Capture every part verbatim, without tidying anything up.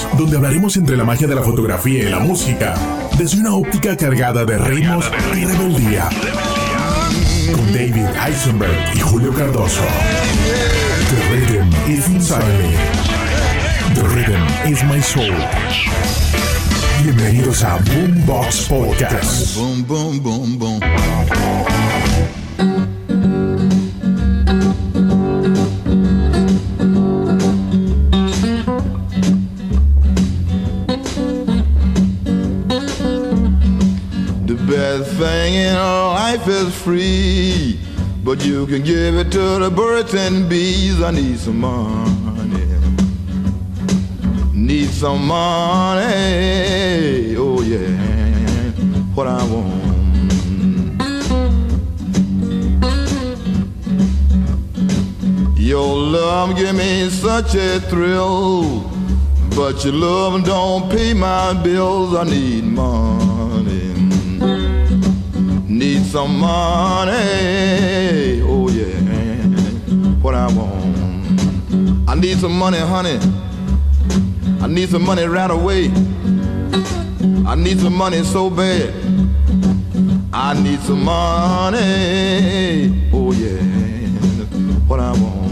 podcast, donde hablaremos entre la magia de la fotografía y la música, desde una óptica cargada de ritmos y rebeldía. Con David Eisenberg y Julio Cardoso. The rhythm is inside me. The rhythm is my soul. Bienvenidos a Boombox Podcast. Boom, boom, boom, boom. The best thing in life is free, but you can give it to the birds and bees. I need some money. Need some money, oh yeah, what I want. Your love give me such a thrill, but your love don't pay my bills. I need money, need some money, oh yeah, what I want. I need some money, honey. I need some money right away. I need some money so bad. I need some money. Oh yeah, what I want.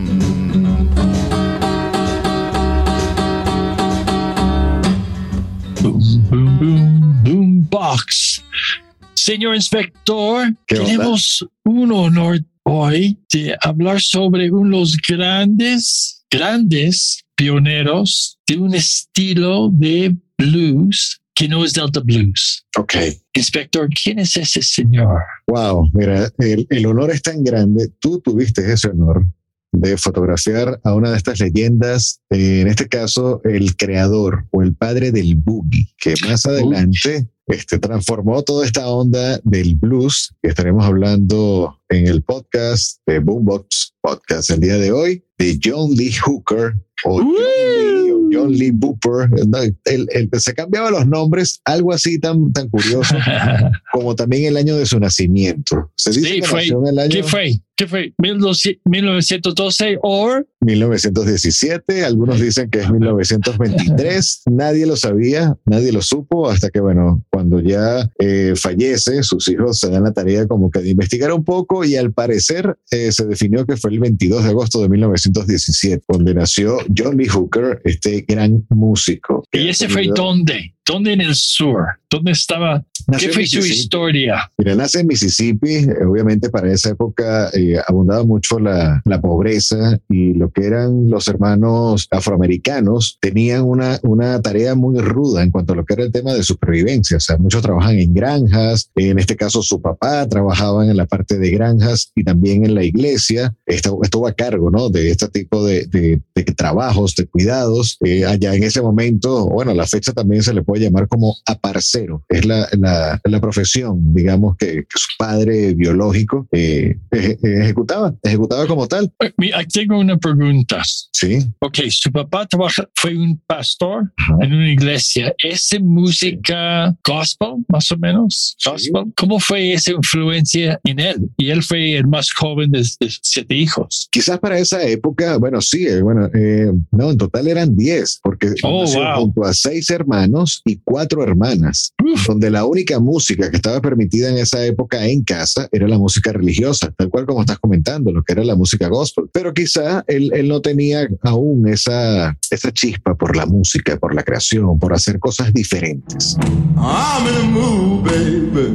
Boom, boom, boom, boom box. Señor inspector, tenemos un honor hoy de hablar sobre unos grandes, grandes pioneros de un estilo de blues que no es Delta Blues. Ok. Inspector, ¿quién es ese señor? Wow, mira, el, el honor es tan grande. Tú tuviste ese honor de fotografiar a una de estas leyendas, eh, en este caso el creador o el padre del boogie, que más adelante este, transformó toda esta onda del blues, que estaremos hablando en el podcast de Boombox Podcast el día de hoy, de John Lee Hooker o John Lee, o John Lee Booper. No, el, el, se cambiaban los nombres, algo así tan, tan curioso como también el año de su nacimiento. Se dice sí, que fue, nació en el año... ¿Qué fue? ¿Qué fue? ¿mil novecientos doce o...? mil novecientos diecisiete, algunos dicen que es mil novecientos veintitrés, nadie lo sabía, nadie lo supo, hasta que, bueno, cuando ya eh, fallece, sus hijos se dan la tarea como que de investigar un poco y al parecer eh, se definió que fue el veintidós de agosto de mil novecientos diecisiete, donde nació John Lee Hooker, este gran músico. ¿Y ese fue dónde? ¿Dónde en el sur? ¿Dónde estaba? Nació ¿Qué fue su historia? Mira, nace en Mississippi. Eh, obviamente para esa época eh, abundaba mucho la, la pobreza y lo que eran los hermanos afroamericanos tenían una, una tarea muy ruda en cuanto a lo que era el tema de supervivencia. O sea, muchos trabajaban en granjas. En este caso su papá trabajaba en la parte de granjas y también en la iglesia. Estuvo, estuvo a cargo, ¿no?, de este tipo de, de, de trabajos, de cuidados. Eh, allá en ese momento, bueno, la fecha también se le puede llamar como aparcero. Es la, la, la profesión, digamos, que, que su padre biológico eh, eh, ejecutaba, ejecutaba como tal. Aquí tengo una pregunta. Sí. Ok, su papá trabaja, fue un pastor uh-huh. en una iglesia. ¿Es música sí. gospel, más o menos? Gospel. Sí. ¿Cómo fue esa influencia en él? Y él fue el más joven de, de siete hijos. Quizás para esa época, bueno, sí, bueno, eh, no, en total eran diez, porque oh, nació wow. junto a seis hermanos y cuatro hermanas, Uf. donde la única música que estaba permitida en esa época en casa era la música religiosa, tal cual como estás comentando, lo que era la música gospel. Pero quizá él, él no tenía aún esa, esa chispa por la música, por la creación, por hacer cosas diferentes. I'm in the mood, baby.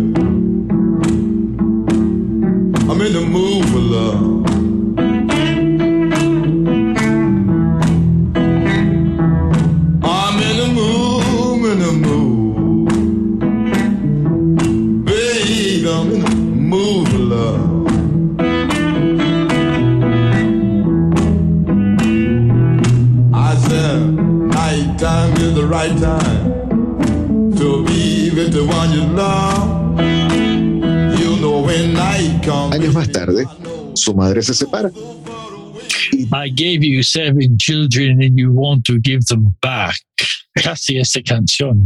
I'm in the mood for love. Right time to be with the one you love. You know when night comes. Años más tarde, su madre se separa. I gave you seven children and you want to give them back. Casi esa canción, ¿no?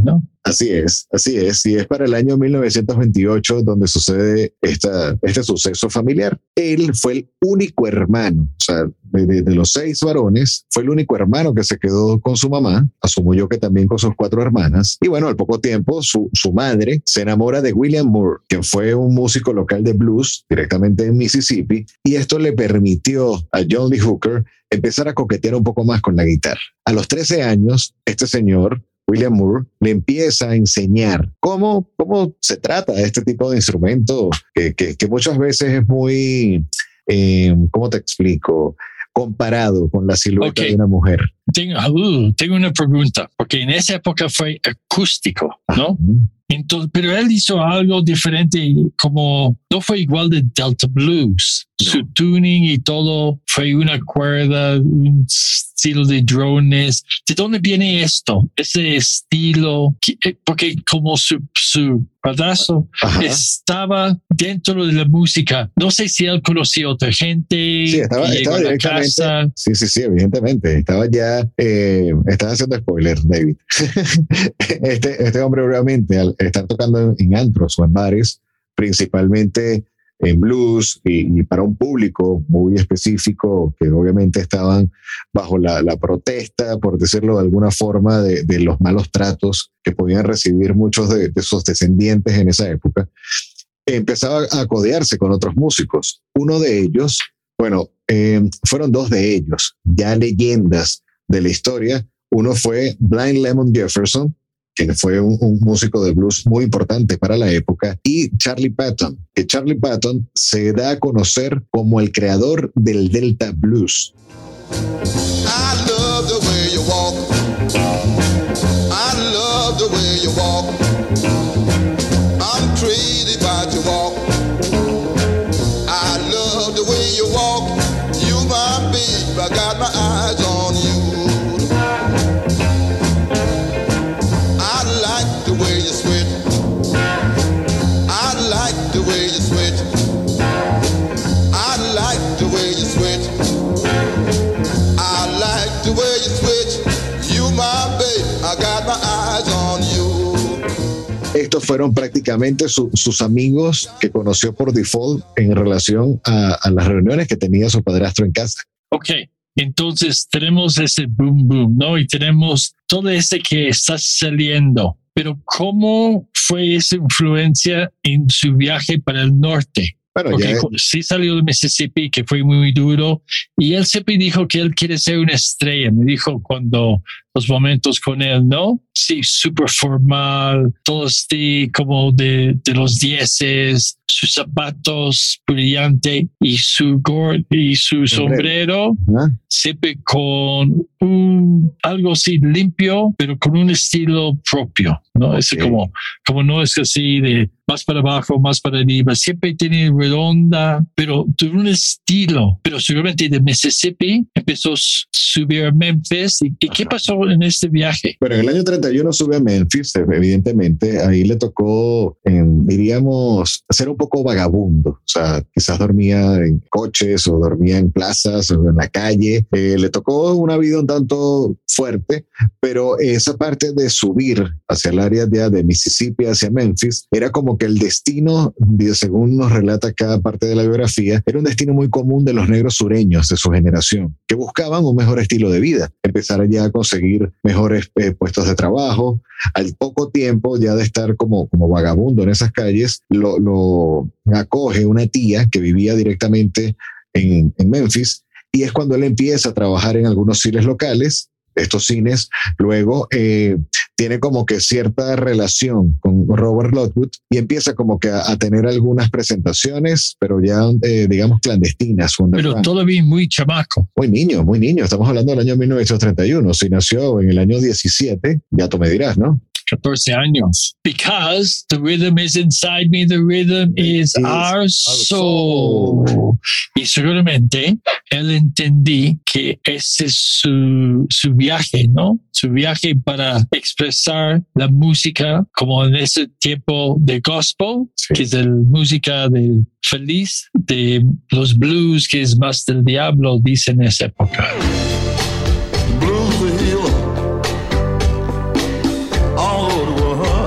Así es, así es. Y es para el año mil novecientos veintiocho donde sucede esta, este suceso familiar. Él fue el único hermano, o sea, de, de, de los seis varones, fue el único hermano que se quedó con su mamá, asumo yo que también con sus cuatro hermanas. Y bueno, al poco tiempo, su, su madre se enamora de William Moore, quien fue un músico local de blues directamente en Mississippi, y esto le permitió a John Lee Hooker empezar a coquetear un poco más con la guitarra. A los trece años, este señor William Moore le empieza a enseñar cómo, cómo se trata este tipo de instrumento que, que, que muchas veces es muy, eh, ¿cómo te explico? Comparado con la silueta okay. de una mujer. Tengo, uh, tengo una pregunta, porque en esa época fue acústico, ¿no? Uh-huh. Entonces, pero él hizo algo diferente, como no fue igual de Delta Blues. No. Su tuning y todo fue una cuerda, un estilo de drones. ¿De dónde viene esto? Ese estilo, porque como su, su padrastro Ajá. estaba dentro de la música. No sé si él conocía a otra gente. Sí, estaba, que estaba directamente. Casa. Sí, sí, sí, evidentemente. Estaba ya, eh, estaba haciendo spoiler, David. este, este hombre obviamente al estar tocando en antros o en bares, principalmente en blues y, y para un público muy específico que obviamente estaban bajo la, la protesta, por decirlo de alguna forma, de, de los malos tratos que podían recibir muchos de, de sus descendientes en esa época, empezaba a codearse con otros músicos. Uno de ellos, bueno, eh, fueron dos de ellos, ya leyendas de la historia. Uno fue Blind Lemon Jefferson, que fue un, un músico de blues muy importante para la época, y Charlie Patton, que Charlie Patton se da a conocer como el creador del Delta Blues. I love the way you walk. I love the way you walk. I'm crazy about your walk. I love the way you walk. You my babe, I got my eyes on you. Estos fueron prácticamente su, sus amigos que conoció por default en relación a, a las reuniones que tenía su padrastro en casa. Ok, entonces tenemos ese boom boom, ¿no? Y tenemos todo ese que está saliendo. Pero ¿cómo fue esa influencia en su viaje para el norte? Bueno, porque ya... sí salió de Mississippi, que fue muy duro, y él siempre dijo que él quiere ser una estrella. Me dijo cuando los momentos con él, ¿no? Sí, súper formal, todo así como de, de los dieces, sus zapatos brillantes y su gorro y su sombrero, ¿Ah? siempre con un, algo así limpio, pero con un estilo propio, ¿no? Okay. Es como, como no es así de más para abajo, más para arriba, siempre tiene redonda, pero de un estilo. Pero seguramente de Mississippi empezó a subir a Memphis. ¿Y, y qué pasó en este viaje? Bueno, en el año treinta y uno sube a Memphis, evidentemente. Ahí le tocó, en, diríamos, ser un poco vagabundo. O sea, quizás dormía en coches o dormía en plazas o en la calle. Eh, le tocó una vida un tanto fuerte, pero esa parte de subir hacia el área de, de Mississippi, hacia Memphis, era como que el destino, según nos relata cada parte de la biografía, era un destino muy común de los negros sureños de su generación, que buscaban un mejor estilo de vida, empezar ya a conseguir mejores eh, puestos de trabajo. Al poco tiempo ya de estar como, como vagabundo en esas calles, lo, lo acoge una tía que vivía directamente en, en Memphis, y es cuando él empieza a trabajar en algunos cines locales. Estos cines luego eh, tiene como que cierta relación con Robert Lockwood y empieza como que a, a tener algunas presentaciones, pero ya eh, digamos clandestinas. Pero todavía muy chamaco. Muy niño, muy niño. Estamos hablando del año mil novecientos treinta y uno. Si nació en el año diecisiete, ya tú me dirás, ¿no? catorce años. Because the rhythm is inside me, the rhythm is, is our soul. soul. Y seguramente él entendí que ese es su, su viaje, ¿no? Su viaje para expresar la música como en ese tiempo de gospel, sí. que es la música del feliz, de los blues, que es más del diablo, dice en esa época. Blues the healer. All over the world.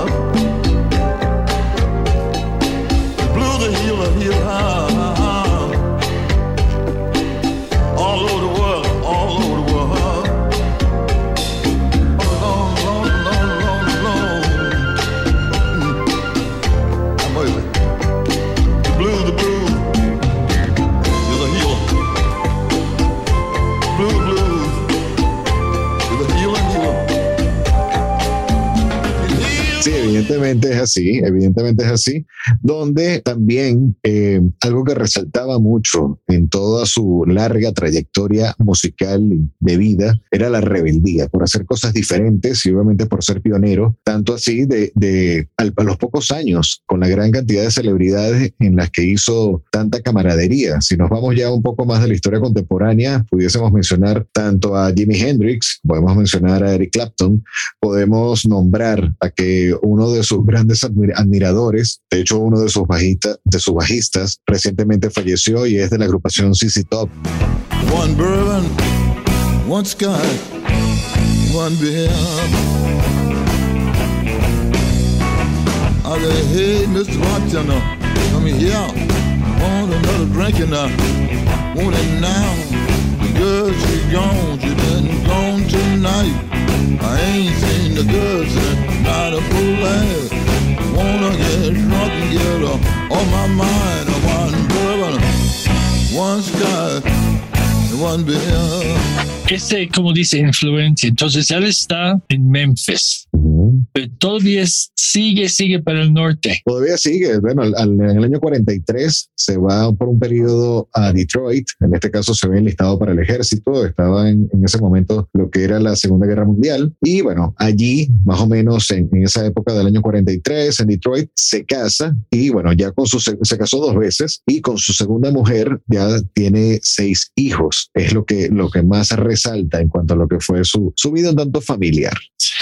Evidentemente es así, evidentemente es así, donde también eh, algo que resaltaba mucho en toda su larga trayectoria musical y de vida era la rebeldía por hacer cosas diferentes y obviamente por ser pionero, tanto así de, de a los pocos años, con la gran cantidad de celebridades en las que hizo tanta camaradería. Si nos vamos ya un poco más de la historia contemporánea, pudiésemos mencionar tanto a Jimi Hendrix, podemos mencionar a Eric Clapton, podemos nombrar a que uno de sus grandes admir- admiradores, de hecho uno de sus, bajista, de sus bajistas, recientemente falleció y es de la agrupación Z Z Top. One bourbon, one sky, one beer. I said, hey, Mister Bartender, come here. Want another drink and I want it now. The girl, she gone, she been gone tonight. I ain't seen the girl since not a full ass. Wanna get drunk and get her on my mind. One bourbon, one sky, one beer. Ese, como dice, influencia. Entonces él está en Memphis. Pero todavía sigue, sigue para el norte. Todavía sigue. Bueno, al, al, en el año cuarenta y tres se va por un periodo a Detroit. En este caso se ve enlistado para el ejército. Estaba en, en ese momento lo que era la Segunda Guerra Mundial. Y bueno, allí, más o menos en, en esa época del año cuarenta y tres, en Detroit, se casa. Y bueno, ya con su, se casó dos veces. Y con su segunda mujer ya tiene seis hijos. Es lo que, lo que más resalta en cuanto a lo que fue su, su vida un tanto familiar.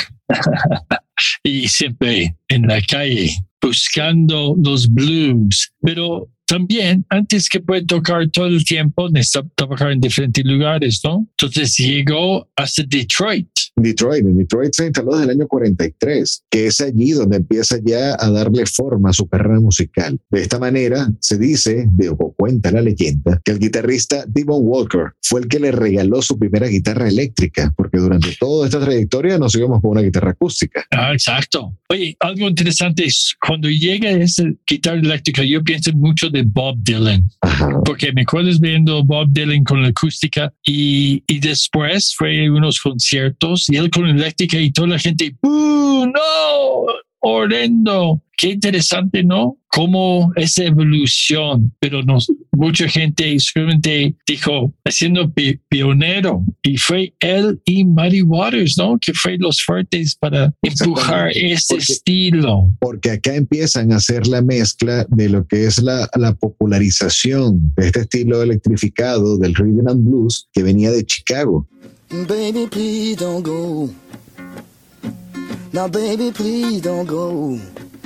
Y siempre en la calle buscando los blues, pero también antes que puede tocar todo el tiempo necesita trabajar en diferentes lugares, ¿no? Entonces llegó hasta Detroit. Detroit, en Detroit se instaló desde el año cuarenta y tres, que es allí donde empieza ya a darle forma a su carrera musical. De esta manera se dice, de, o cuenta la leyenda, que el guitarrista Devon Walker fue el que le regaló su primera guitarra eléctrica, porque durante toda esta trayectoria nos íbamos con una guitarra acústica. Ah, exacto. Oye, algo interesante es cuando llega esa guitarra eléctrica, yo pienso mucho de Bob Dylan. Ajá. Porque me acuerdo viendo Bob Dylan con la acústica y, y después fue a unos conciertos y él con la eléctrica y toda la gente, ¡uh, no! Horrendo. Qué interesante, ¿no? Cómo esa evolución, pero nos, mucha gente simplemente dijo, haciendo pi- pionero, y fue él y Muddy Waters, ¿no? Que fue los fuertes para empujar ese porque, estilo. Porque acá empiezan a hacer la mezcla de lo que es la, la popularización de este estilo electrificado del rhythm and blues que venía de Chicago. Baby, please don't go. Now, baby, please don't go.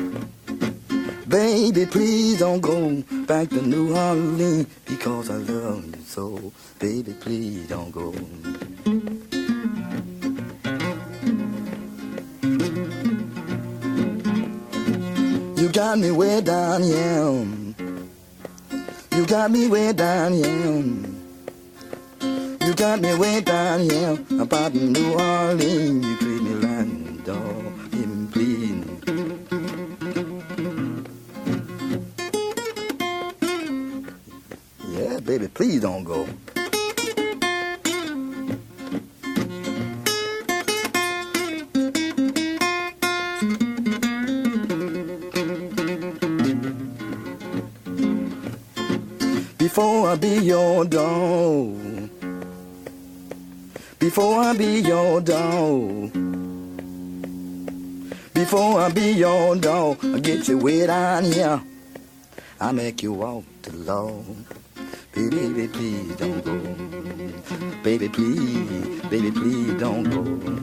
Baby, please don't go back to New Orleans because I love you so. Baby, please don't go. You got me way down here. You got me way down here. You got me way down here about New Orleans. You treat me like a dog, even please. Yeah, baby, please don't go. Before I be your dog, before I be your dog, before I be your dog, I get you way down here, I make you walk the law. Baby, baby, please don't go. Baby, please, baby, please don't go.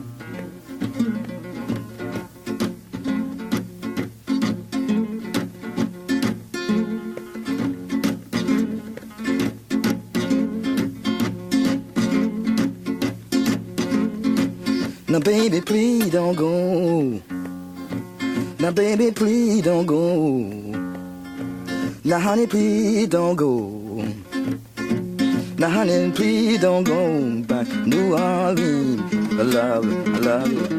Now, baby, please don't go. Now, baby, please don't go. Now, honey, please don't go. Now, honey, please don't go back to New Orleans. I love you, I love you.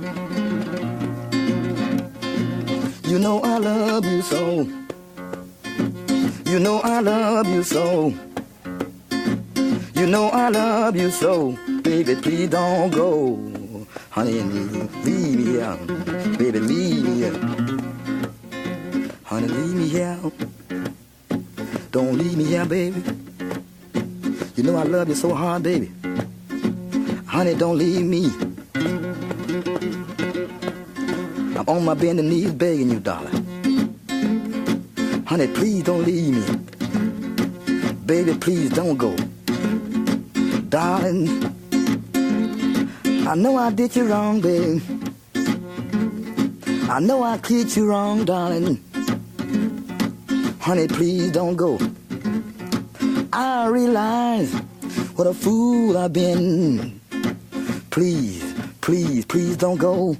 You know I love you so. You know I love you so. You know I love you so. Baby, please don't go. Honey, leave me here. Baby, leave me here. Honey, leave me here. Don't leave me here, baby. You know I love you so hard, baby. Honey, don't leave me. I'm on my bending knees begging you, darling. Honey, please don't leave me. Baby, please don't go. Darling, I know I did you wrong, baby. I know I treated you wrong, darling. Honey, please don't go. I realize what a fool I've been. Please, please, please don't go.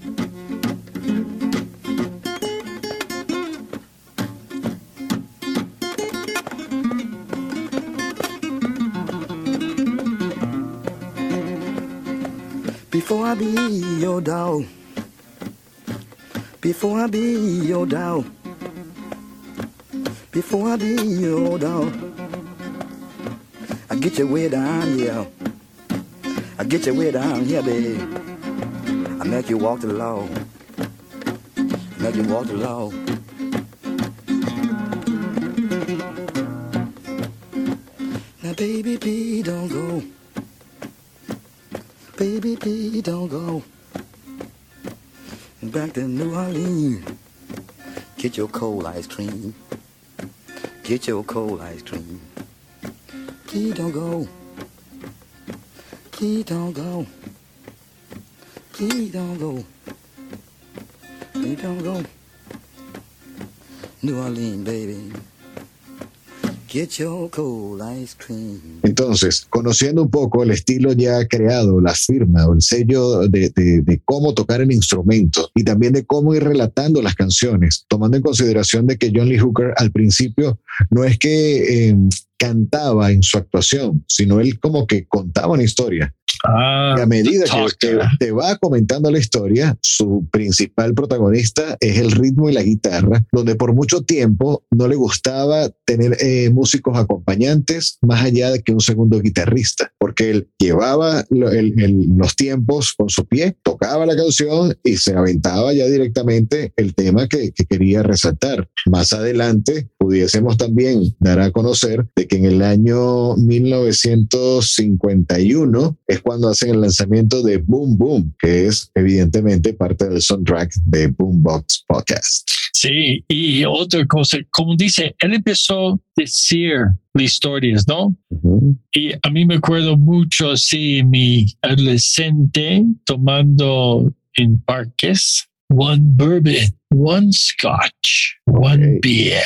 Before I be your dog, before I be your dog, before I be your dog, I get you way down here, I get you way down here, baby. I make you walk the law, I make you walk the law. Now baby, please don't go. Baby, please don't go back to New Orleans. Get your cold ice cream. Get your cold ice cream. Please don't go. Please don't go. Please don't go. Please don't go. New Orleans, baby. Get your cold ice cream. Entonces, conociendo un poco el estilo ya creado, la firma o el sello de, de, de cómo tocar el instrumento y también de cómo ir relatando las canciones, tomando en consideración de que John Lee Hooker al principio no es que eh, cantaba en su actuación, sino él como que contaba una historia. Ah, y a medida que te, te va comentando la historia, su principal protagonista es el ritmo y la guitarra, donde por mucho tiempo no le gustaba tener eh, músicos acompañantes más allá de que un segundo guitarrista, porque él llevaba lo, el, el, los tiempos con su pie, tocaba la canción y se aventaba ya directamente el tema que, que quería resaltar. Más adelante pudiésemos también dar a conocer de que en el año mil novecientos cincuenta y uno es cuando hacen el lanzamiento de Boom Boom, que es evidentemente parte del soundtrack de Boombox Podcast. Sí, y otra cosa, como dice, él empezó a decir las historias, ¿no? Uh-huh. Y a mí me acuerdo mucho, sí, mi adolescente tomando en parques, one bourbon, one scotch, one okay. beer.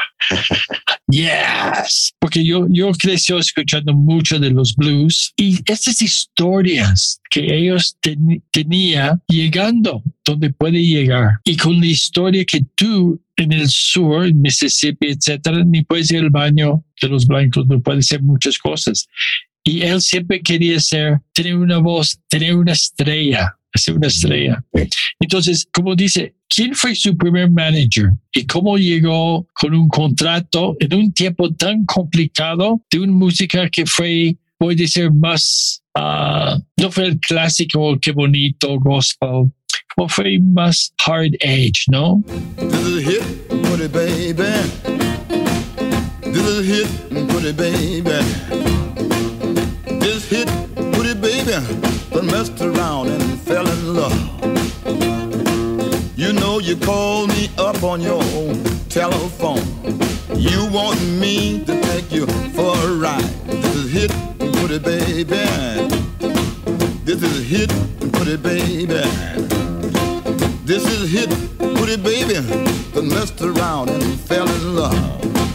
Yes, porque yo, yo crecí escuchando mucho de los blues y estas historias que ellos ten, tenía llegando donde puede llegar y con la historia que tú en el sur, en Mississippi, etcétera, ni puedes ir al baño de los blancos, no puedes hacer muchas cosas. Y él siempre quería ser, tener una voz, tener una estrella, hacer una estrella. Entonces, como dice, ¿quién fue su primer manager? ¿Y cómo llegó con un contrato en un tiempo tan complicado de una música que fue, voy a decir, más, uh, no fue el clásico, qué bonito, gospel, como fue más hard edge, ¿no? This is a hit, put it, baby. This is a hit, put it, baby. This hit, put it, baby. But messed around and fell in love. You know you called me up on your telephone. You want me to take you for a ride. This is hit, put it, baby. This is hit, put it, baby. This is hit, put it, baby. But messed around and fell in love.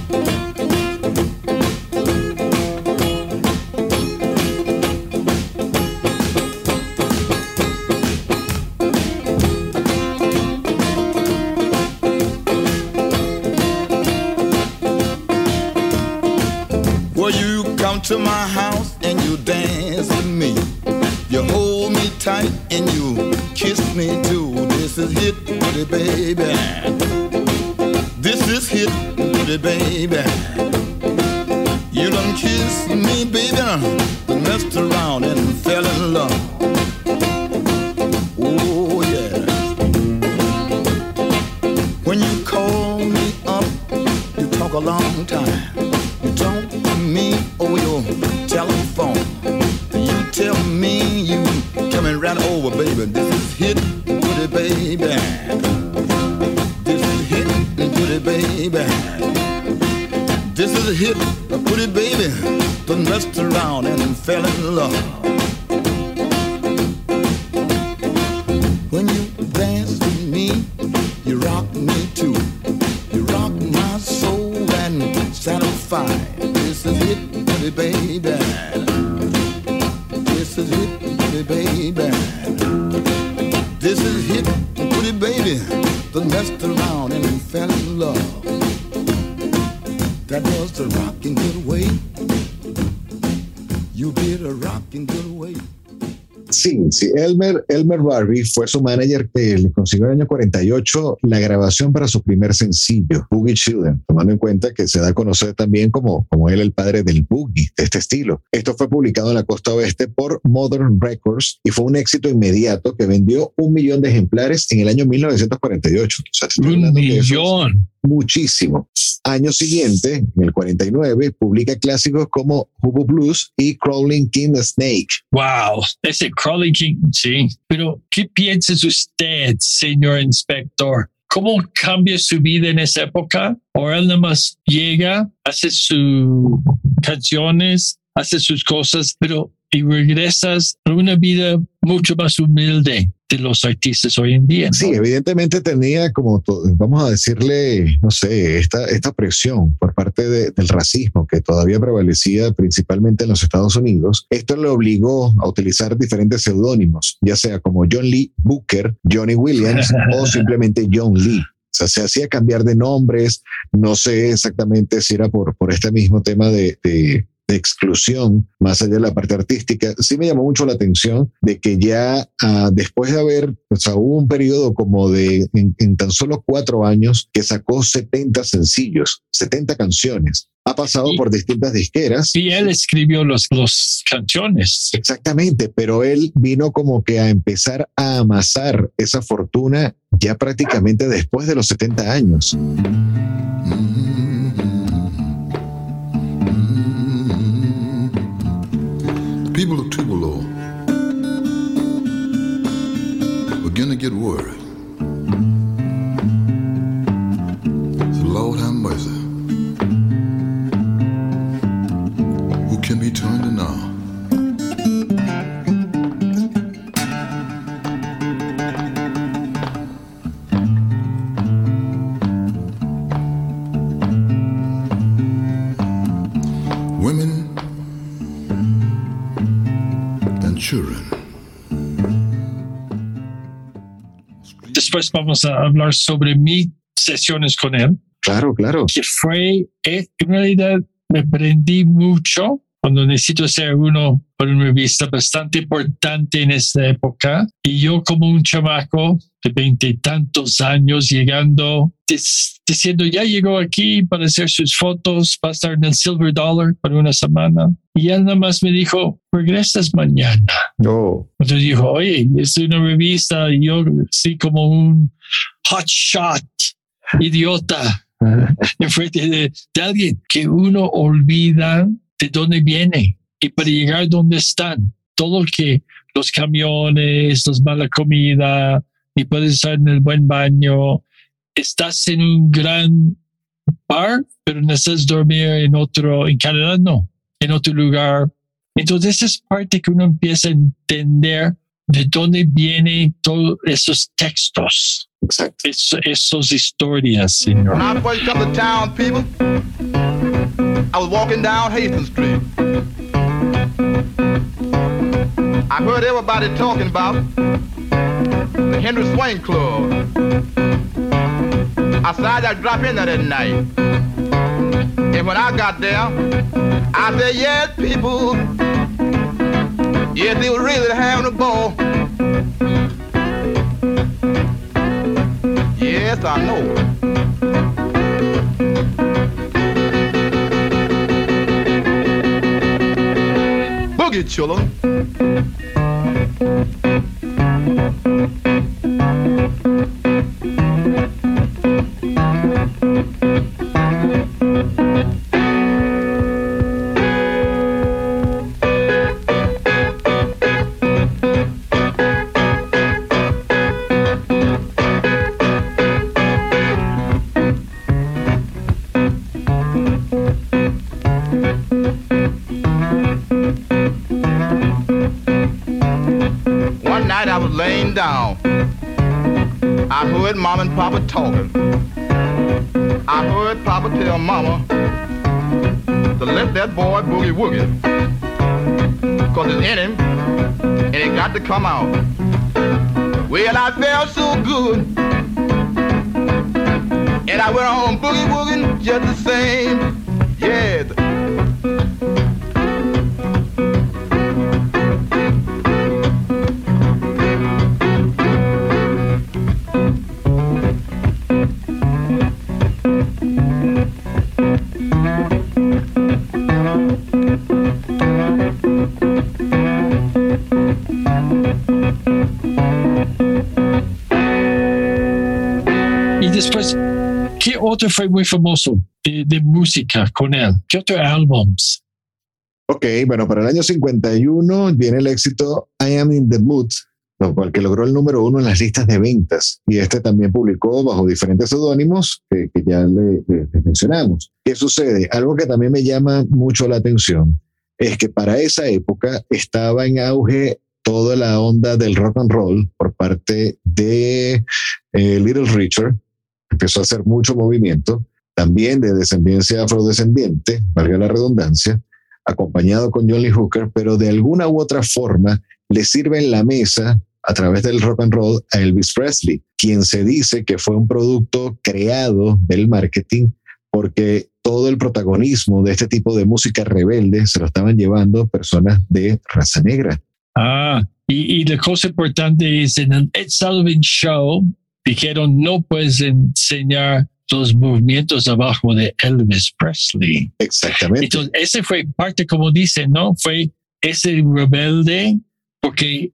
To my house and you dance with me. You hold me tight and you kiss me too. This is hit, pretty baby. This is hit, pretty baby. You done kissed me, baby, but messed around and fell in love. Oh yeah. When you call me up talk a long time. You talk to me over your telephone. You tell me you coming right over, baby. This is hit, goody, baby. This is hit, goody, baby. This is a hit, a pretty baby. Done messed around and fell in love. When you dance with me, you rock me too. You rock my soul and satisfy. This is it, pretty baby. This is it, pretty baby. This is it, pretty baby. Done messed around and fell in love. That was the rocking good way. You did a rocking good way. Sí, sí, Elmer, Elmer Barry fue su manager que le consiguió en el año cuarenta y ocho la grabación para su primer sencillo, Boogie Children, tomando en cuenta que se da a conocer también como, como él el padre del boogie, de este estilo. Esto fue publicado en la costa oeste por Modern Records y fue un éxito inmediato que vendió un millón de ejemplares en el año mil novecientos cuarenta y ocho. O sea, un millón. Muchísimo. Año siguiente, en el cuarenta y nueve, publica clásicos como Hubo Blues y Crawling King the Snake. Wow, ese Crawling King, sí. Pero, ¿qué piensa usted, señor inspector? ¿Cómo cambia su vida en esa época? ¿O él nada más llega, hace sus canciones, hace sus cosas, pero y regresas a una vida mucho más humilde de los artistas hoy en día, ¿no? Sí, evidentemente tenía como, to- vamos a decirle, no sé, esta, esta presión por parte de, del racismo que todavía prevalecía principalmente en los Estados Unidos. Esto le obligó a utilizar diferentes seudónimos, ya sea como John Lee Booker, Johnny Williams o simplemente John Lee. O sea, se hacía cambiar de nombres. No sé exactamente si era por, por este mismo tema de, de de exclusión, más allá de la parte artística. Sí me llamó mucho la atención de que ya uh, después de haber, o sea, hubo un periodo como de, en, en tan solo cuatro años, que sacó setenta sencillos, setenta canciones. Ha pasado y, por distintas disqueras. Y él escribió los, los canciones. Exactamente, pero él vino como que a empezar a amasar esa fortuna ya prácticamente después de los setenta años. People of Tupelo begin to get worried. So Lord have mercy. Who can be turned to now? Women children. Después vamos a hablar sobre mis sesiones con él. Claro, claro. Que fue, en realidad, me aprendí mucho cuando necesito hacer uno para una revista bastante importante en esta época. Y yo como un chamaco de veintitantos años llegando, des, diciendo, ya llegó aquí para hacer sus fotos, va a estar en el Silver Dollar para una semana. Y él nada más me dijo, regresas mañana. No. Entonces dijo, oye, es una revista y yo sí como un hot shot, idiota, enfrente de, de alguien que uno olvida de dónde viene y para llegar donde están. Todo que los camiones, los mala comida, ni puedes estar en el buen baño. Estás en un gran bar, pero necesitas dormir en otro, en Canadá no, en otro lugar. Entonces esa es parte que uno empieza a entender de dónde vienen todos esos textos. Exacto. Es, esos historias, señor. When I first come to town, people, I was walking down Hastings Street. I heard everybody talking about the Henry Swain Club. I decided I'd drop in there that night. And when I got there, I said, yes, people, yes, they were really having a ball. Yes, I know. Boogie children. One night I was laying down. I heard Mom and Papa talking. I heard Papa tell Mama to let that boy boogie woogie, 'cause it's in him and it got to come out. Well, I felt so good, and I went on boogie wooging just the same. Yeah. Y después, ¿qué otro fue muy famoso de, de música con él? ¿Qué otros álbums? Ok, bueno, para el año cincuenta y uno viene el éxito I Am in the Mood, lo cual que logró el número uno en las listas de ventas. Y este también publicó bajo diferentes seudónimos que, que ya le, le, les mencionamos. ¿Qué sucede? Algo que también me llama mucho la atención es que para esa época estaba en auge toda la onda del rock and roll por parte de eh, Little Richard. Empezó a hacer mucho movimiento, también de descendencia afrodescendiente, valga la redundancia, acompañado con John Lee Hooker, pero de alguna u otra forma le sirve en la mesa a través del rock and roll a Elvis Presley, quien se dice que fue un producto creado del marketing porque todo el protagonismo de este tipo de música rebelde se lo estaban llevando personas de raza negra. Ah, y, y la cosa importante es en el Ed Sullivan Show dijeron no puedes enseñar los movimientos abajo de Elvis Presley. Exactamente. Entonces, ese fue parte, como dicen, ¿no? Fue ese rebelde porque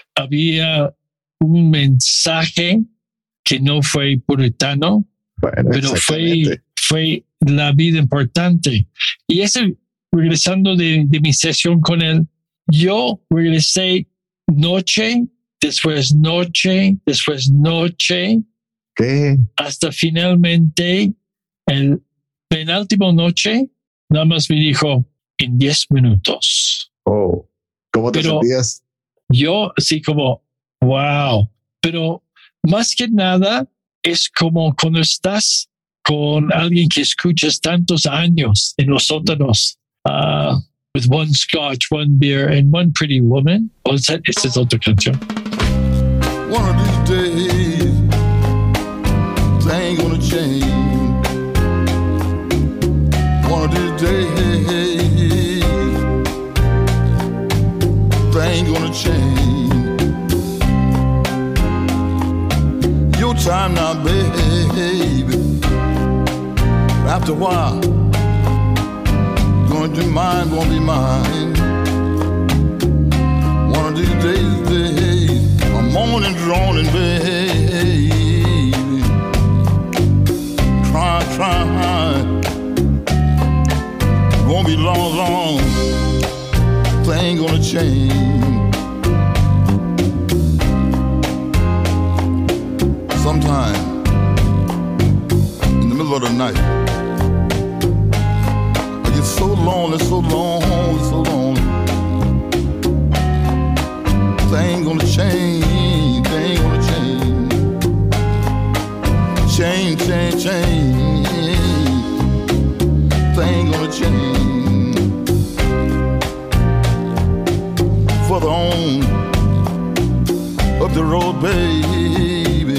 había un mensaje que no fue puritano, bueno, pero fue, fue la vida importante. Y ese, regresando de, de mi sesión con él, yo regresé noche, después noche, después noche, ¿qué? Hasta finalmente el penúltimo noche, nada más me dijo en diez minutos. Oh, ¿cómo te Pero sentías? Yo así como, wow. Pero más que nada es como cuando estás con alguien que escuchas tantos años en los sótanos, uh, with one scotch, one beer, and one pretty woman. O esa, esa es otra canción. One of these days, things gonna change. One of these days, things gonna change. Your time now, baby. After a while, gonna be mine, gonna be mine. One of these days, days, I'm moaning, droning, baby. Try, try. Won't be long, long. Thing gonna change. Sometime in the middle of the night, I get so lonely, so lonely, so lonely. Thing gonna change, thing gonna change. Change, change, change. Thing gonna change. Further on up the road, baby.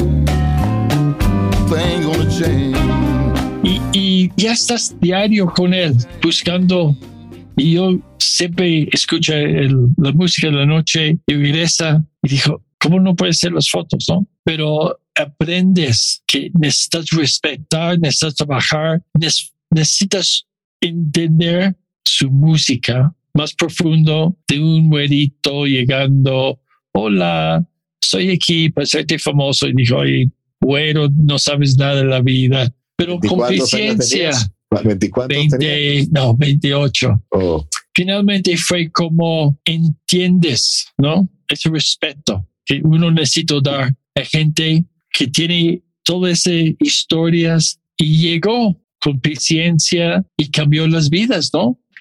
Thing gonna change. Y, y ya estás diario con él, buscando. Y yo siempre escucho el, la música de la noche y regresa y dijo, ¿cómo no puede ser las fotos, no? Pero aprendes que necesitas respetar, necesitas trabajar, necesitas entender su música más profundo de un güerito llegando, hola, soy aquí para hacerte famoso. Y dijo, oye, güero, no sabes nada de la vida, pero con paciencia. ¿veinticuatro veinte, no, veintiocho. Oh. Finalmente fue como entiendes, ¿no? Ese respeto que uno necesita dar a gente que tiene todas esas historias y llegó con paciencia y cambió las vidas, ¿no?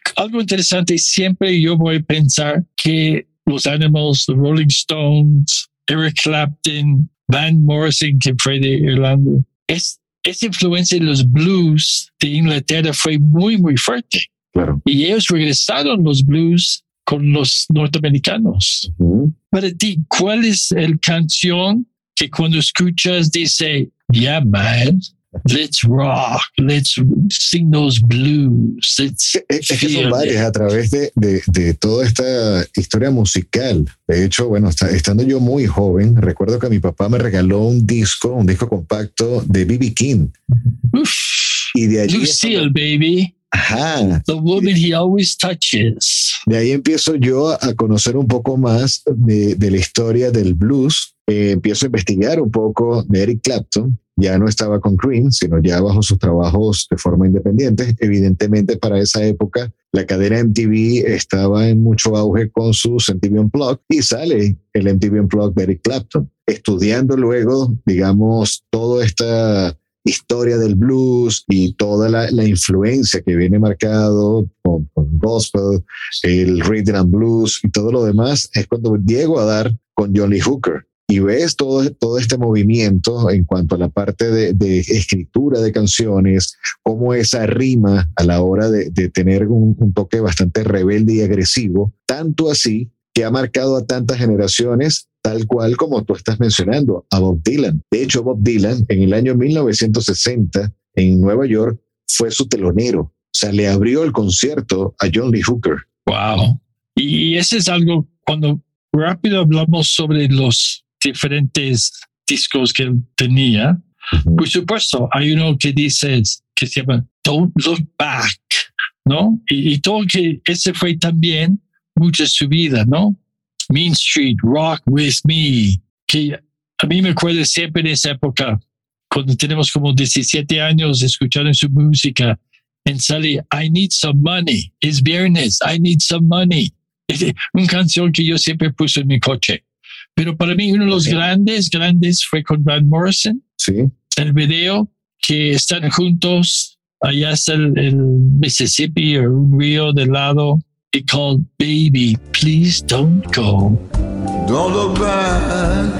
algo interesante, siempre yo voy a pensar que los Animals, los Rolling Stones, Eric Clapton, Van Morrison, que fue de Irlanda, es, esa influencia de los blues de Inglaterra fue muy, muy fuerte. Claro. Y ellos regresaron los blues con los norteamericanos. Uh-huh. Para ti, ¿cuál es el canción que cuando escuchas dice, yeah, man, let's rock, let's sing those blues? Let's es, es que son varias a través de, de, de toda esta historia musical. De hecho, bueno, está, estando yo muy joven, recuerdo que mi papá me regaló un disco, un disco compacto de B B King. Uf, y de allí Lucille, baby. Ajá. The woman he always touches. De ahí empiezo yo a conocer un poco más de, de la historia del blues. Eh, empiezo a investigar un poco de Eric Clapton. Ya no estaba con Cream, sino ya bajo sus trabajos de forma independiente. Evidentemente, para esa época, la cadena M T V estaba en mucho auge con sus M T V Unplugged y sale el M T V Unplugged de Eric Clapton. Estudiando luego, digamos, toda esta historia del blues y toda la, la influencia que viene marcado con, con gospel, el rhythm and blues y todo lo demás, es cuando llego a dar con John Lee Hooker. Y ves todo, todo este movimiento en cuanto a la parte de, de escritura de canciones, cómo esa rima a la hora de, de tener un, un toque bastante rebelde y agresivo, tanto así que ha marcado a tantas generaciones, tal cual como tú estás mencionando, a Bob Dylan. De hecho, Bob Dylan en el año mil novecientos sesenta en Nueva York fue su telonero. O sea, le abrió el concierto a John Lee Hooker. Wow. Y ese es algo, cuando rápido hablamos sobre los diferentes discos que él tenía, uh-huh. Por supuesto, hay uno que dice, que se llama Don't Look Back, ¿no? Y, y todo que ese fue también mucha su vida, ¿no? Mean Street, Rock With Me, que a mí me acuerdo siempre en esa época, cuando tenemos como diecisiete años escuchando su música, en sale, I Need Some Money, es viernes, I Need Some Money. Es una canción que yo siempre puse en mi coche. Pero para mí uno de los okay. grandes, grandes fue con Van Morrison. Sí. El video que están juntos, allá está el, el Mississippi o un río de lado. It called Baby, Please Don't Go. Don't look back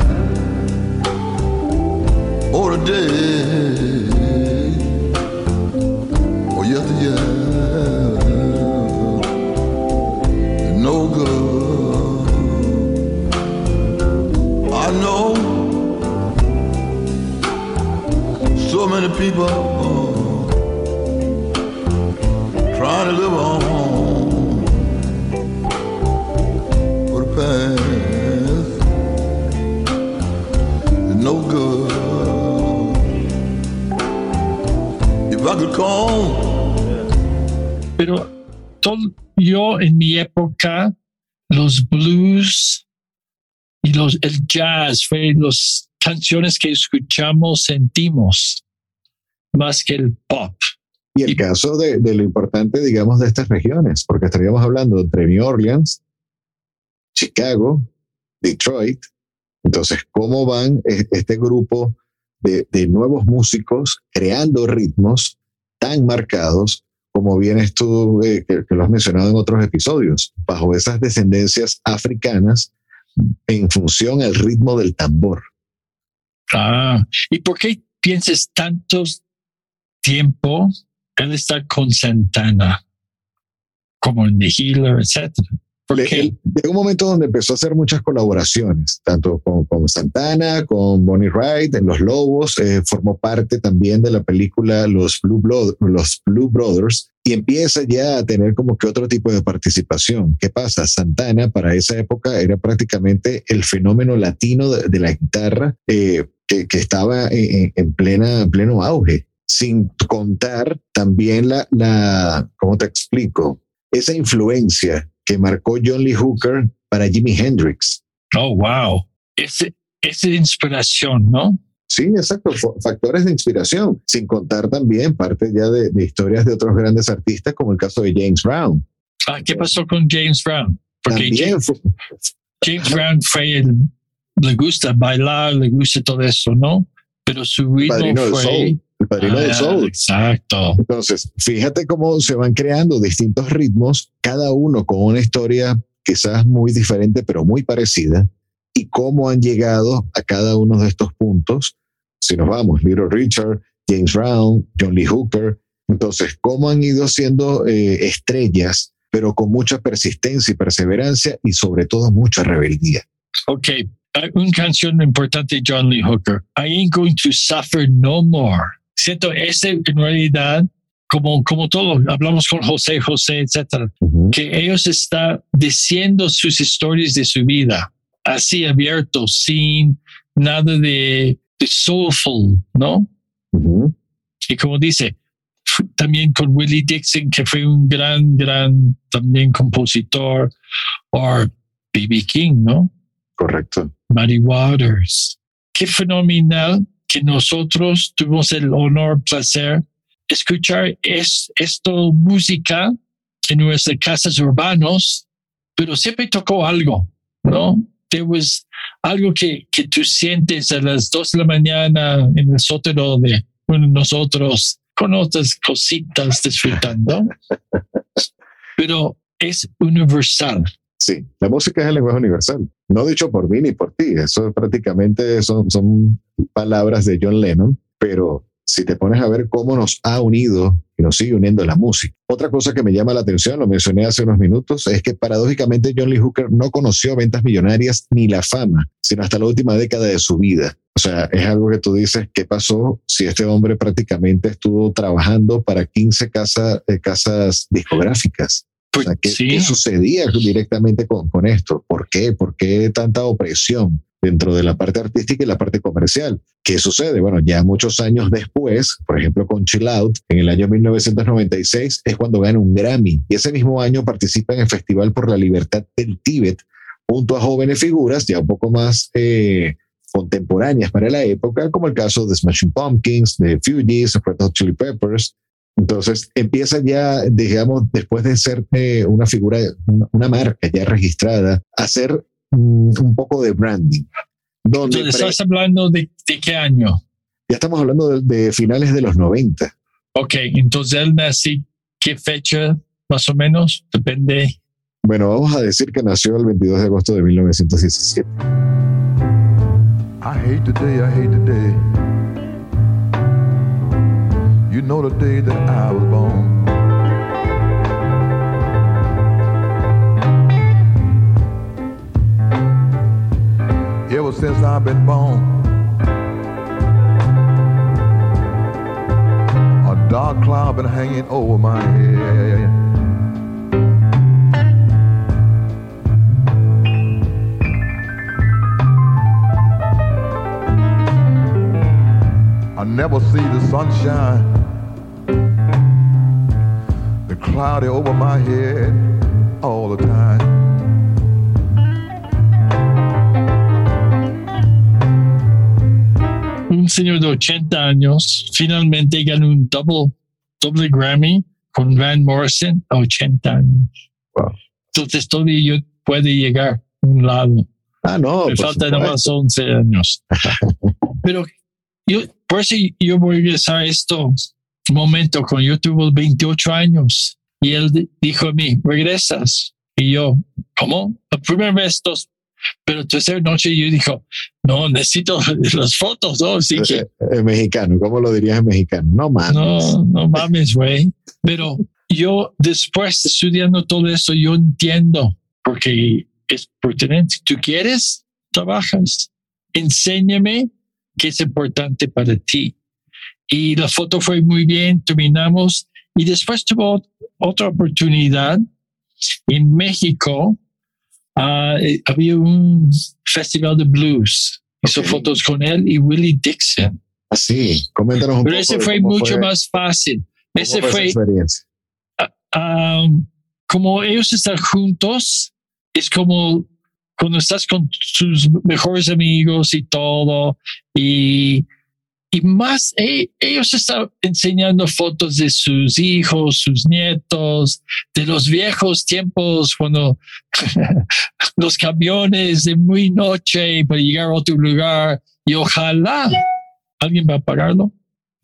or a day or yesterday. No good. I know so many people trying to live on for the past. It's no good. If I could call. Pero todo, yo en mi época, los blues y los, el jazz fue las canciones que escuchamos, sentimos, más que el pop. Y el y, caso de, de lo importante, digamos, de estas regiones, porque estaríamos hablando entre New Orleans, Chicago, Detroit. Entonces, ¿cómo van este grupo de, de nuevos músicos creando ritmos tan marcados como vienes tú, eh, que, que lo has mencionado en otros episodios, bajo esas descendencias africanas en función al ritmo del tambor? Ah, ¿y por qué piensas tanto tiempo él está con Santana, como en The Healer, etcétera? Llegó un momento donde empezó a hacer muchas colaboraciones, tanto con, con Santana, con Bonnie Wright, en Los Lobos, eh, formó parte también de la película Los Blue, Blood, los Blue Brothers, y empieza ya a tener como que otro tipo de participación. ¿Qué pasa? Santana para esa época era prácticamente el fenómeno latino de, de la guitarra eh, que, que estaba en, en, plena, en pleno auge, sin contar también la, la, ¿cómo te explico? Esa influencia que marcó John Lee Hooker para Jimi Hendrix. Oh, wow. Ese, esa inspiración, ¿no? Sí, exacto. Factores de inspiración, sin contar también parte ya de, de historias de otros grandes artistas, como el caso de James Brown. Ah, ¿qué pasó con James Brown? Porque James, fue, James Brown fue el, le gusta bailar, le gusta todo eso, ¿no? Pero su ritmo fue... el padrino ah, del soul. Exacto. Entonces, fíjate cómo se van creando distintos ritmos, cada uno con una historia quizás muy diferente, pero muy parecida, y cómo han llegado a cada uno de estos puntos. Si nos vamos, Little Richard, James Brown, John Lee Hooker, entonces, cómo han ido siendo eh, estrellas, pero con mucha persistencia y perseverancia, y sobre todo mucha rebeldía. Ok, hay una canción importante de John Lee Hooker, I Ain't Going to Suffer No More. Siento, ese en realidad, como, como todo, hablamos con José José, etcétera, uh-huh. que ellos están diciendo sus historias de su vida, así abierto, sin nada de, de soulful, ¿no? Uh-huh. Y como dice, también con Willie Dixon, que fue un gran, gran también compositor, o B B King, ¿no? Correcto. Muddy Waters. Qué fenomenal que nosotros tuvimos el honor, placer, escuchar es, esto música en nuestras casas urbanos, pero siempre tocó algo, ¿no? There was algo que, que tú sientes a las dos de la mañana en el sótano de bueno, nosotros con otras cositas disfrutando, pero es universal. Sí, la música es el lenguaje universal, no dicho por mí ni por ti, eso prácticamente son, son palabras de John Lennon, pero si te pones a ver cómo nos ha unido y nos sigue uniendo la música. Otra cosa que me llama la atención, lo mencioné hace unos minutos, es que paradójicamente John Lee Hooker no conoció ventas millonarias ni la fama, sino hasta la última década de su vida. O sea, es algo que tú dices, ¿qué pasó si este hombre prácticamente estuvo trabajando para quince casa, eh, casas discográficas? O sea, ¿qué, sí. ¿qué sucedía directamente con, con esto? ¿Por qué? ¿Por qué tanta opresión dentro de la parte artística y la parte comercial? ¿Qué sucede? Bueno, ya muchos años después, por ejemplo con Chill Out, en el año mil novecientos noventa y seis, es cuando gana un Grammy. Y ese mismo año participa en el Festival por la Libertad del Tíbet, junto a jóvenes figuras ya un poco más eh, contemporáneas para la época, como el caso de Smashing Pumpkins, de Fugees, Red Hot Chili Peppers. Entonces empieza ya, digamos, después de ser eh, una figura, una, una marca ya registrada, a hacer mm, un poco de branding. Donde Entonces, pre- ¿estás hablando de, de qué año? Ya estamos hablando de, de finales de los noventa. Ok, entonces él nació, ¿qué fecha más o menos? Depende. Bueno, vamos a decir que nació el veintidós de agosto de mil novecientos diecisiete. I hate the day, I hate the day. You know the day that I was born. Ever since I've been born, a dark cloud been hanging over my head. I never see the sunshine, the cloudy over my head all the time. Un señor de ochenta años finalmente ganó un double, doble Grammy con Van Morrison a ochenta años. Wow. Entonces todavía puede llegar a un lado. Ah, no. Me faltan nomás once años. Pero yo, por eso yo voy a regresar a esto momento cuando yo tuve veintiocho años y él dijo a mí, regresas. Y yo, ¿cómo? La primera vez dos. Pero tercera noche yo dijo, no, necesito las fotos, ¿no? Así que, en mexicano, ¿cómo lo dirías en mexicano? No mames. No, no mames, güey. Pero yo, después de estudiando todo eso, yo entiendo, porque es pertinente. ¿Tú quieres? Trabajas. Enséñame qué es importante para ti. Y la foto fue muy bien, terminamos. Y después tuvo otra oportunidad en México. Uh, había un festival de blues. Hizo okay. fotos con él y Willie Dixon. Así, ah, coméntanos un Pero poco. Pero ese fue mucho fue, más fácil. Ese fue, uh, um, como ellos están juntos, es como cuando estás con tus mejores amigos y todo, y, y más, eh, ellos están enseñando fotos de sus hijos, sus nietos, de los viejos tiempos cuando los camiones de muy noche para llegar a otro lugar, y ojalá alguien va a pagarlo, ¿no?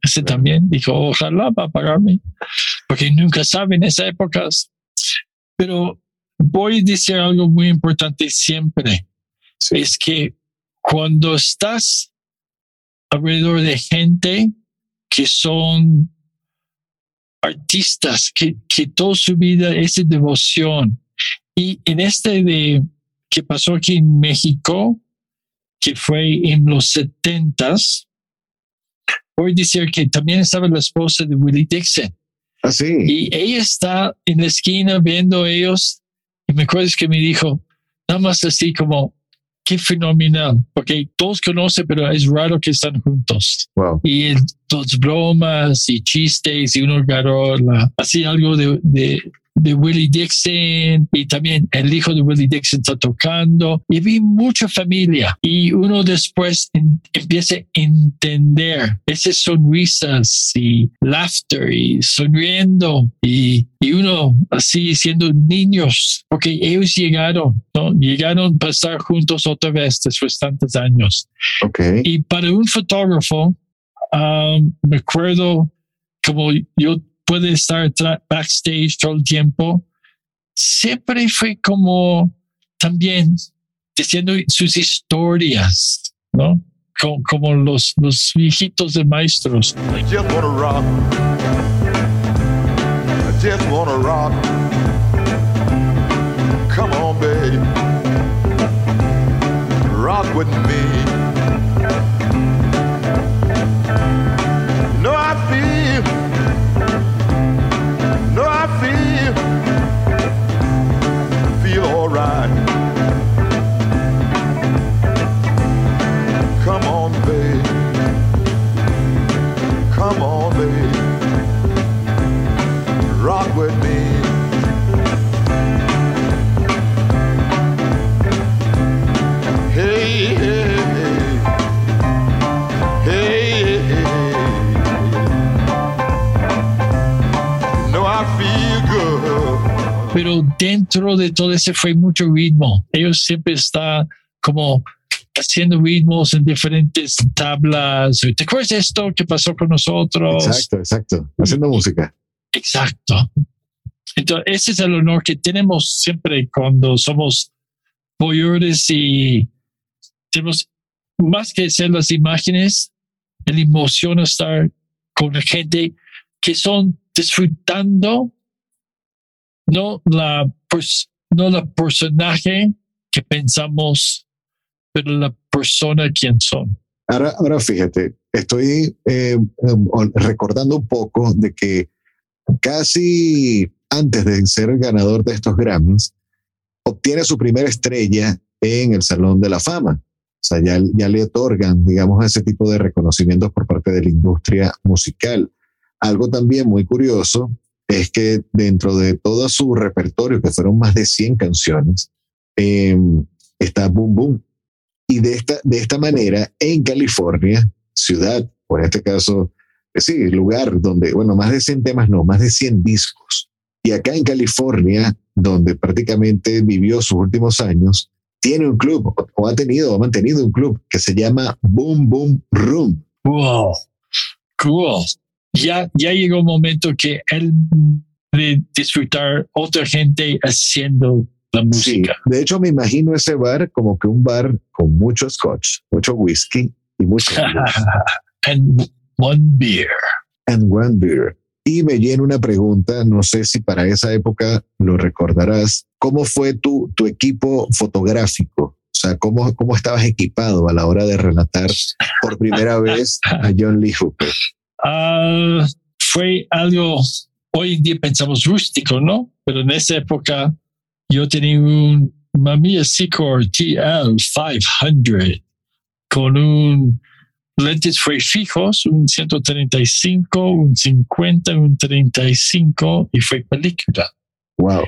Ese también dijo, ojalá va a pagarme, porque nunca saben en esas épocas. Pero voy a decir algo muy importante siempre. Sí. Es que cuando estás alrededor de gente que son artistas, que, que toda su vida es de devoción, y en este de que pasó aquí en México, que fue en los setentas, voy a decir que también estaba la esposa de Willie Dixon. Ah, sí. Y ella está en la esquina viendo a ellos, y me acuerdo que me dijo, nada más así como, qué fenomenal, porque todos conocen, pero es raro que están juntos. Wow. Y el, dos bromas y chistes, y uno agarró la, así algo de, de, de Willie Dixon, y también el hijo de Willie Dixon está tocando, y vi mucha familia, y uno después en, empieza a entender esas sonrisas y laughter y sonriendo, y, y uno así siendo niños, porque ellos llegaron, ¿no? Llegaron a estar juntos otra vez después de tantos años. Okay. Y para un fotógrafo, um, me acuerdo como yo puede estar tra- backstage todo el tiempo, siempre fue como también diciendo sus historias, ¿no? Como, como los, los viejitos de maestros. I just wanna rock. I just wanna rock. Come on, baby. Rock with me. You know I feel No, I feel, feel all right. Come on, babe. Come on, babe. Rock with me. Hey, hey, hey. Hey, hey, hey. Pero dentro de todo ese fue mucho ritmo. Ellos siempre están como haciendo ritmos en diferentes tablas. ¿Te acuerdas de esto que pasó con nosotros? Exacto, exacto. Haciendo música. Exacto. Entonces, ese es el honor que tenemos siempre cuando somos voyeurs y tenemos más que hacer las imágenes, la emoción de estar con la gente que son disfrutando no la pers- no la personaje que pensamos, pero la persona quien son. Ahora, ahora fíjate, estoy eh, recordando un poco de que casi antes de ser ganador de estos Grammys, obtiene su primera estrella en el Salón de la Fama. O sea, ya, ya le otorgan, digamos, ese tipo de reconocimientos por parte de la industria musical. Algo también muy curioso es que dentro de todo su repertorio, que fueron más de cien canciones, eh, está Boom Boom. Y de esta, de esta manera, en California, ciudad, o en este caso, sí, lugar donde, bueno, más de cien temas, no, más de cien discos. Y acá en California, donde prácticamente vivió sus últimos años, tiene un club, o ha tenido, o ha mantenido un club que se llama Boom Boom Room. Wow, cool. Ya, ya llegó un momento que él de disfrutar otra gente haciendo la música. Sí, de hecho me imagino ese bar como que un bar con mucho scotch, mucho whisky y mucho and one beer. And one beer. Y me llena una pregunta, no sé si para esa época lo recordarás, ¿cómo fue tu, tu equipo fotográfico? O sea, ¿cómo, ¿cómo estabas equipado a la hora de relatar por primera vez a John Lee Hooker? Uh, fue algo, hoy en día pensamos rústico, ¿no? Pero en esa época yo tenía un Mamiya Secor T L quinientos con un lentes fue fijos, un ciento treinta y cinco, un cincuenta, un treinta y cinco y fue película. Wow.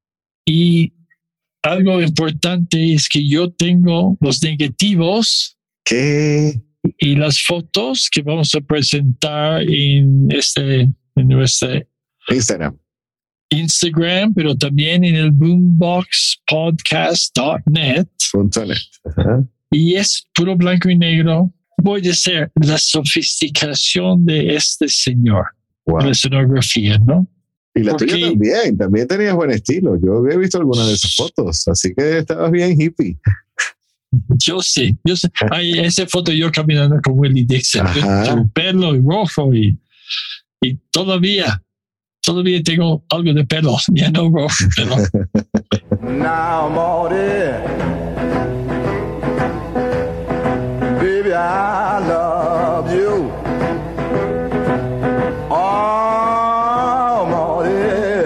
Y algo importante es que yo tengo los negativos. ¿Qué? Y las fotos que vamos a presentar en este, en nuestro Instagram. Instagram, pero también en el boombox podcast punto net. Punto net. Uh-huh. Y es puro blanco y negro. puede ser la sofisticación de este señor. Wow. La escenografía, ¿no? Y la Porque, tuya también, también tenías buen estilo. Yo había visto algunas de esas fotos, así que estabas bien hippie. Yo sé, yo sé. Hay esa foto yo caminando con Willie Dixon, con pelo y rojo y, y todavía, todavía tengo algo de pelo, ya no rojo, pero. Now, Morty, baby, I love you. Oh, Morty,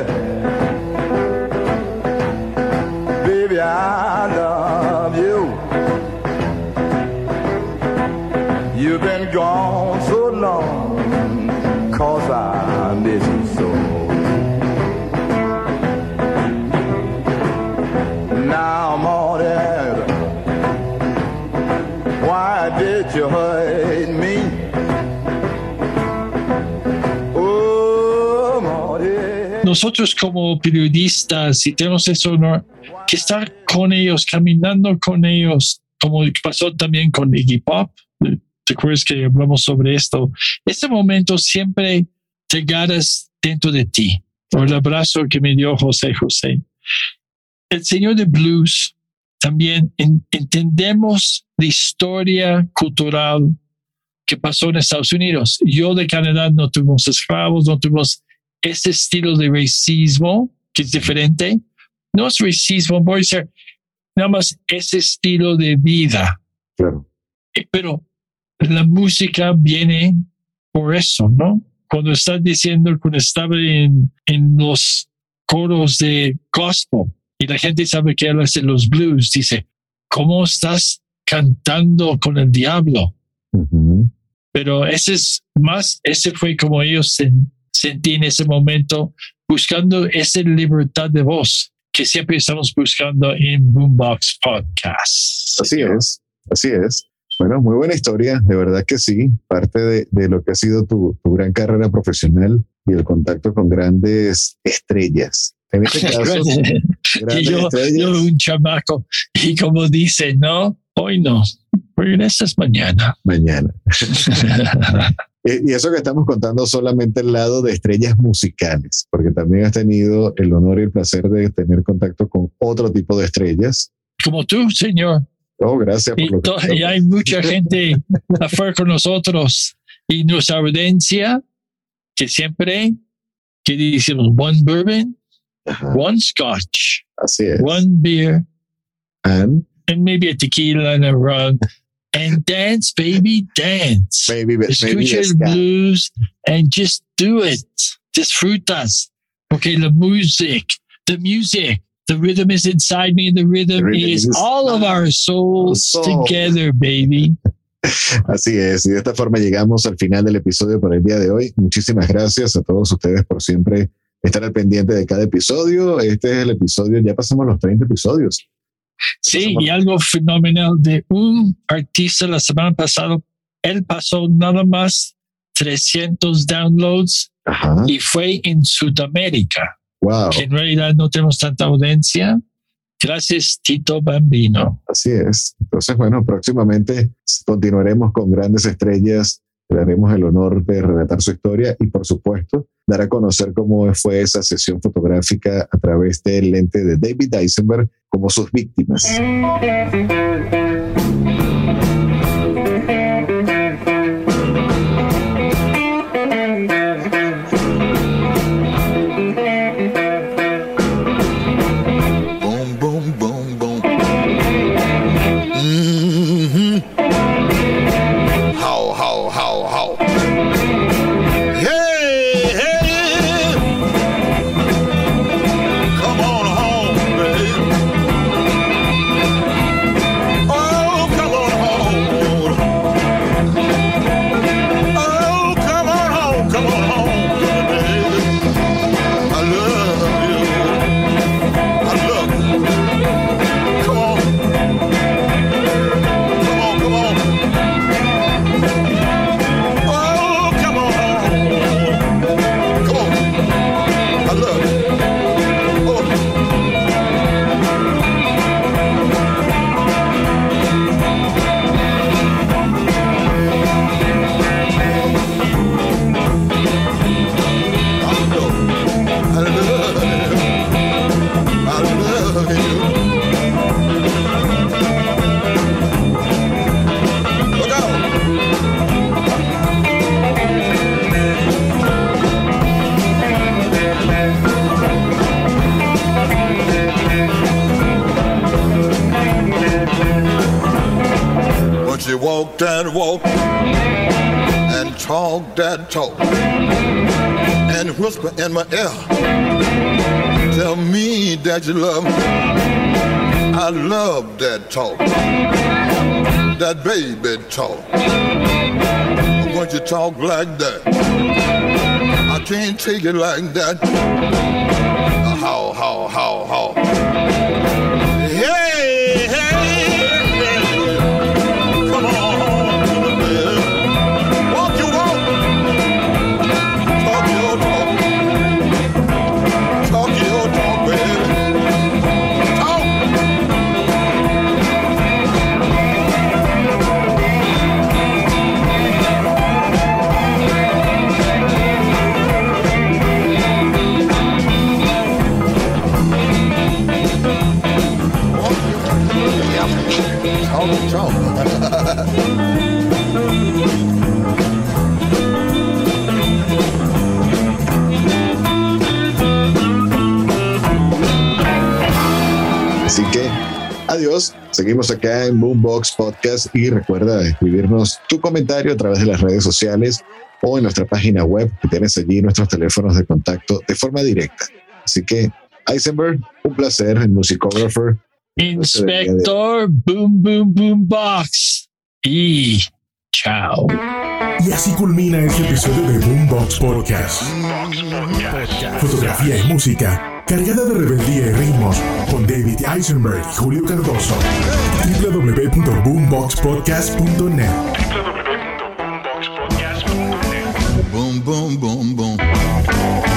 baby, I love you. You've been gone so long, 'cause I miss you so. Now, Morty, why did you hurt me? Oh, Morty. Nosotros como periodistas, y tenemos ese honor, que estar con ellos, caminando con ellos, como pasó también con Iggy Pop. ¿Te acuerdas que hablamos sobre esto? Ese momento siempre te agarras dentro de ti. Por el abrazo que me dio José José. El señor de blues, también en, entendemos la historia cultural que pasó en Estados Unidos. Yo de Canadá no tuvimos esclavos, no tuvimos ese estilo de racismo que es diferente. No es racismo, voy a decir, nada más ese estilo de vida. Claro. Pero la música viene por eso, ¿no? Cuando estás diciendo, cuando estaba en, en los coros de gospel y la gente sabe que hablas de los blues, dice, ¿cómo estás cantando con el diablo? Uh-huh. Pero ese es más, ese fue como ellos se, sentían en ese momento, buscando esa libertad de voz que siempre estamos buscando en Boombox Podcast. Así es, así es. Bueno, muy buena historia, de verdad que sí. Parte de, de lo que ha sido tu, tu gran carrera profesional y el contacto con grandes estrellas. En este caso, grandes yo, estrellas. Yo, un chamaco, y como dice, no, hoy no, regresas mañana. Mañana. Y eso que estamos contando solamente el lado de estrellas musicales, porque también has tenido el honor y el placer de tener contacto con otro tipo de estrellas. Como tú, señor. Oh, gracias por y, lo que to- y hay mucha gente afuera con nosotros. Y nuestra audiencia, que siempre, que decimos, one bourbon, Ajá. one scotch, Así es. one beer, And, and maybe a tequila and a rum. And dance, baby, dance. Maybe, maybe Escucha el blues and just do it. Disfrutas. Porque la music, the music, the rhythm is inside me. The rhythm, the rhythm is, is all of our souls soul. together, baby. Así es. Y de esta forma llegamos al final del episodio por el día de hoy. Muchísimas gracias a todos ustedes por siempre estar al pendiente de cada episodio. Este es el episodio, ya pasamos los treinta episodios. Sí, y algo fenomenal de un artista la semana pasada, él pasó nada más trescientos downloads. Ajá. Y fue en Sudamérica. Wow. Que en realidad no tenemos tanta audiencia. Gracias, Tito Bambino. Así es. Entonces, bueno, próximamente continuaremos con grandes estrellas. Le daremos el honor de relatar su historia y, por supuesto, dar a conocer cómo fue esa sesión fotográfica a través del lente de David Eisenberg como sus víctimas. Boom, boom, boom, boom. Mm-hmm. How, how, how, how. Hey, hey. Come on home, babe. Oh, walk that walk and talk that talk and whisper in my ear. Tell me that you love me. I love that talk, that baby talk. When you talk like that, I can't take it like that. How, how, how, how. Hey, hey, hey. Come on, baby. Walk your walk. Talk your talk. Talk your talk, baby. Talk. Talk, talk. Así que adiós, seguimos acá en Boombox Podcast y recuerda escribirnos tu comentario a través de las redes sociales o en nuestra página web, que tienes allí nuestros teléfonos de contacto de forma directa. Así que Eisenberg, un placer, el musicógrafo. Inspector Boom Boom Boom Box y chao. Y así culmina este episodio de Boombox Podcast. Fotografía y música cargada de rebeldía y ritmos con David Eisenberg y Julio Cardoso. w w w punto boombox podcast punto net. Boom, boom, boom, boom.